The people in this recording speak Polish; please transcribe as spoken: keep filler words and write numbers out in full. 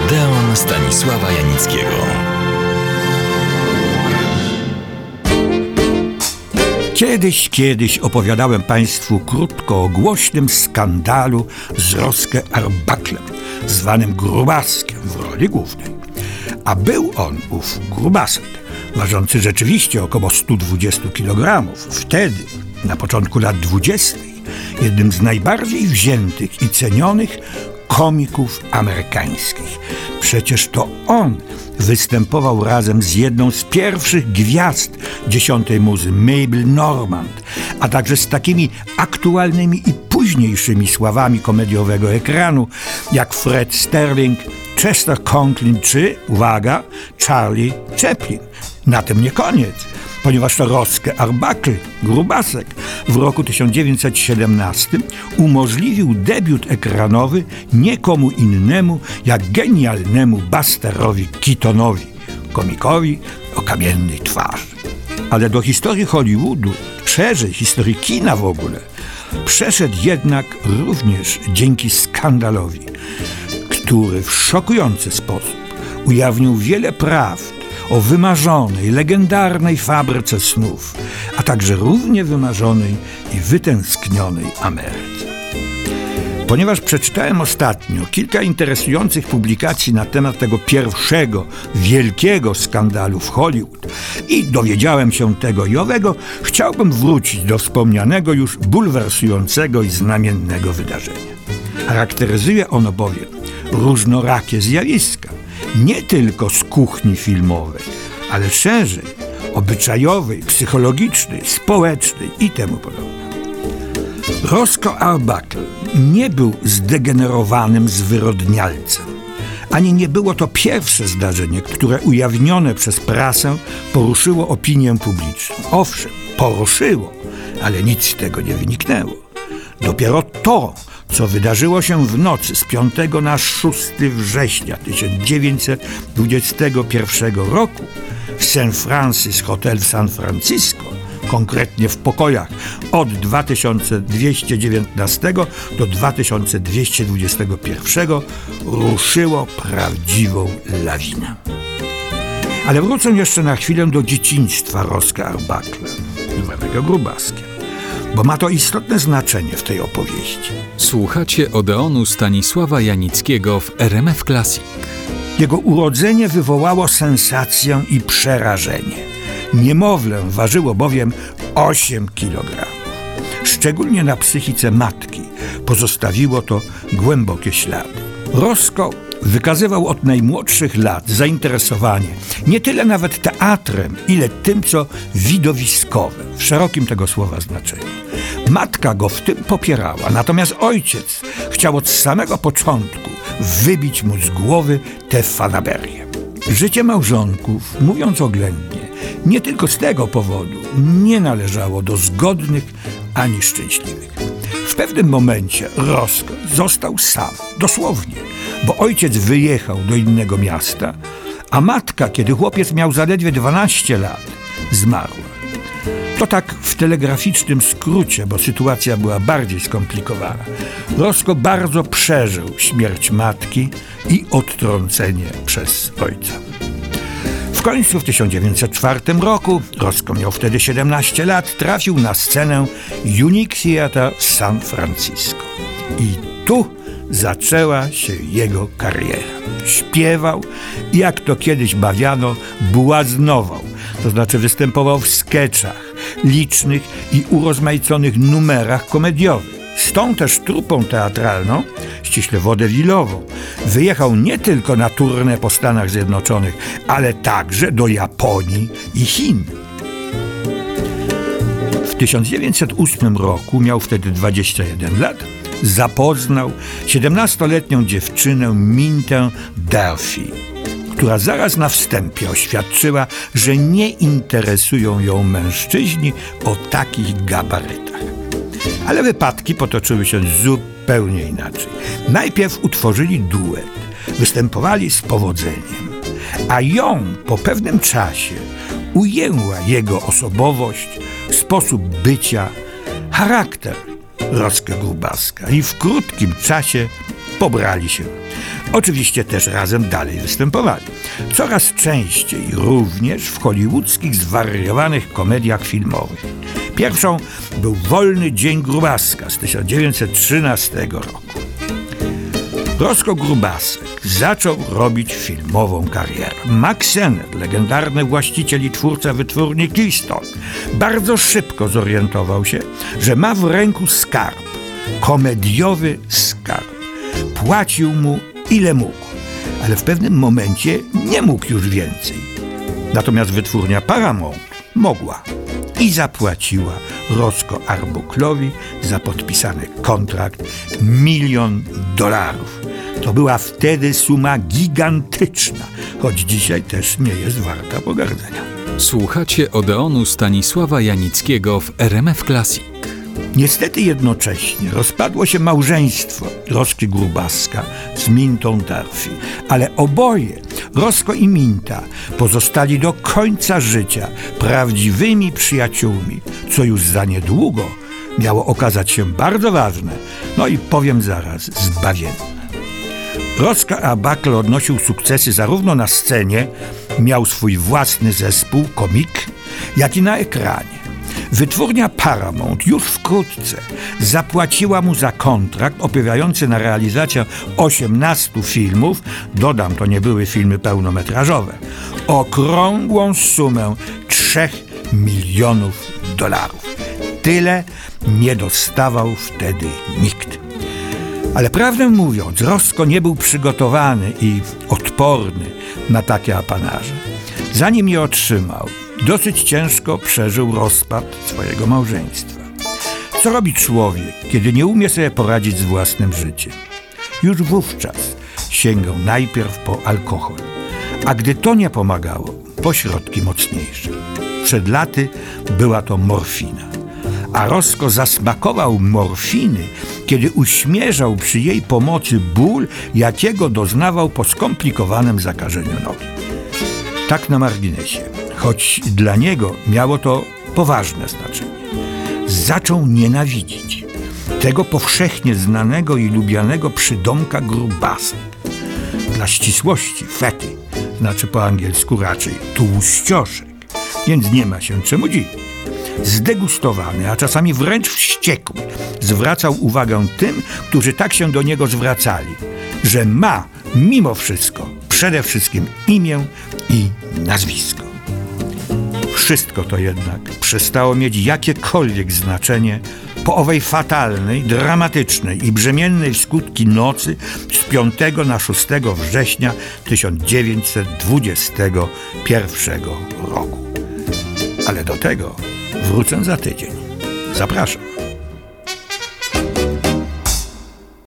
Odeon Stanisława Janickiego. Kiedyś, kiedyś opowiadałem Państwu krótko o głośnym skandalu z Roskę Arbucklem, zwanym Grubaskiem w roli głównej. A był on, ów Grubasek, ważący rzeczywiście około sto dwadzieścia kilogramów, wtedy, na początku lat dwudziestych, jednym z najbardziej wziętych i cenionych komików amerykańskich. Przecież to on występował razem z jedną z pierwszych gwiazd dziesiątej muzy, Mabel Normand, a także z takimi aktualnymi i późniejszymi sławami komediowego ekranu, jak Fred Sterling, Chester Conklin czy, uwaga, Charlie Chaplin. Na tym nie koniec, ponieważ to Roskę Arbuckle, Grubasek, w roku tysiąc dziewięćset siedemnastym umożliwił debiut ekranowy nikomu innemu jak genialnemu Busterowi Keatonowi, komikowi o kamiennej twarzy. Ale do historii Hollywoodu, szerzej historii kina w ogóle, przeszedł jednak również dzięki skandalowi, który w szokujący sposób ujawnił wiele prawd o wymarzonej, legendarnej fabryce snów, a także równie wymarzonej i wytęsknionej Ameryce. Ponieważ przeczytałem ostatnio kilka interesujących publikacji na temat tego pierwszego, wielkiego skandalu w Hollywood i dowiedziałem się tego i owego, chciałbym wrócić do wspomnianego już bulwersującego i znamiennego wydarzenia. Charakteryzuje ono bowiem różnorakie zjawiska, nie tylko z kuchni filmowej, ale szerzej, obyczajowej, psychologicznej, społecznej i temu podobne. Roscoe Arbuckle nie był zdegenerowanym zwyrodnialcem, ani nie było to pierwsze zdarzenie, które ujawnione przez prasę poruszyło opinię publiczną. Owszem, poruszyło, ale nic z tego nie wyniknęło. Dopiero to, co wydarzyło się w nocy z piątego na szóstego września tysiąc dziewięćset dwudziestego pierwszego roku w Saint Francis Hotel w San Francisco, konkretnie w pokojach od dwa tysiące dwieście dziewiętnastego do dwa tysiące dwieście dwudziestego pierwszego, ruszyło prawdziwą lawinę. Ale wrócę jeszcze na chwilę do dzieciństwa Roscoe Arbuckle, zwanego Grubaskiem, bo ma to istotne znaczenie w tej opowieści. Słuchacie Odeonu Stanisława Janickiego w R M F Classic. Jego urodzenie wywołało sensację i przerażenie. Niemowlę ważyło bowiem osiem kilogramów. Szczególnie na psychice matki pozostawiło to głębokie ślady. Roscoe wykazywał od najmłodszych lat zainteresowanie nie tyle nawet teatrem, ile tym, co widowiskowe, w szerokim tego słowa znaczeniu. Matka go w tym popierała, natomiast ojciec chciał od samego początku wybić mu z głowy tę fanaberię. Życie małżonków, mówiąc oględnie, nie tylko z tego powodu nie należało do zgodnych ani szczęśliwych. W pewnym momencie Roscoe został sam, dosłownie, bo ojciec wyjechał do innego miasta, a matka, kiedy chłopiec miał zaledwie dwanaście lat, zmarła. To tak w telegraficznym skrócie, bo sytuacja była bardziej skomplikowana. Roscoe bardzo przeżył śmierć matki i odtrącenie przez ojca. W końcu w tysiąc dziewięćset czwartym roku, Roscoe miał wtedy siedemnaście lat, trafił na scenę Unique Theatre w San Francisco. I tu zaczęła się jego kariera. Śpiewał i, jak to kiedyś bawiano, błaznował. To znaczy występował w skeczach, licznych i urozmaiconych numerach komediowych. Z tą też trupą teatralną, ściśle wodewilową, wyjechał nie tylko na tournée po Stanach Zjednoczonych, ale także do Japonii i Chin. W tysiąc dziewięćset ósmym roku, miał wtedy dwadzieścia jeden lat, zapoznał siedemnastoletnią dziewczynę Mintę Durfee, która zaraz na wstępie oświadczyła, że nie interesują ją mężczyźni o takich gabarytach. Ale wypadki potoczyły się zupełnie inaczej. Najpierw utworzyli duet, występowali z powodzeniem, a ją po pewnym czasie ujęła jego osobowość, sposób bycia, charakter Roscoe Grubaska i w krótkim czasie pobrali się. Oczywiście też razem dalej występowali. Coraz częściej również w hollywoodzkich zwariowanych komediach filmowych. Pierwszą był Wolny dzień Grubaska z tysiąc dziewięćset trzynastego roku. Rosco Grubasek zaczął robić filmową karierę. Max Sennett, legendarny właściciel i twórca wytwórni Keystone, bardzo szybko zorientował się, że ma w ręku skarb, komediowy skarb. Płacił mu ile mógł, ale w pewnym momencie nie mógł już więcej. Natomiast wytwórnia Paramount mogła i zapłaciła Rosco Arbuckle'owi za podpisany kontrakt milion dolarów. To była wtedy suma gigantyczna, choć dzisiaj też nie jest warta pogardzenia. Słuchacie Odeonu Stanisława Janickiego w R M F Classic. Niestety jednocześnie rozpadło się małżeństwo Roski Grubaska z Mintą Durfee, ale oboje, Rosco i Minta, pozostali do końca życia prawdziwymi przyjaciółmi, co już za niedługo miało okazać się bardzo ważne, no i powiem zaraz, zbawienne. Rosco Arbuckle odnosił sukcesy zarówno na scenie, miał swój własny zespół, komik, jak i na ekranie. Wytwórnia Paramount już wkrótce zapłaciła mu za kontrakt opierający na realizację osiemnastu filmów, dodam, to nie były filmy pełnometrażowe, okrągłą sumę trzech milionów dolarów. Tyle nie dostawał wtedy nikt. Ale prawdę mówiąc, Rosco nie był przygotowany i odporny na takie apanarze. Zanim je otrzymał, dosyć ciężko przeżył rozpad swojego małżeństwa. Co robi człowiek, kiedy nie umie sobie poradzić z własnym życiem? Już wówczas sięgał najpierw po alkohol, a gdy to nie pomagało, po środki mocniejsze. Przed laty była to morfina. A Rosco zasmakował morfiny, kiedy uśmierzał przy jej pomocy ból, jakiego doznawał po skomplikowanym zakażeniu nogi. Tak na marginesie, choć dla niego miało to poważne znaczenie. Zaczął nienawidzić tego powszechnie znanego i lubianego przydomka Grubasa. Dla ścisłości fety, znaczy po angielsku raczej tłuścioszek, więc nie ma się czemu dziwić. Zdegustowany, a czasami wręcz wściekły, zwracał uwagę tym, którzy tak się do niego zwracali, że ma mimo wszystko przede wszystkim imię i nazwisko. Wszystko to jednak przestało mieć jakiekolwiek znaczenie po owej fatalnej, dramatycznej i brzemiennej w skutki nocy z piątego na szóstego września tysiąc dziewięćset dwudziestego pierwszego roku. Ale do tego wrócę za tydzień. Zapraszam.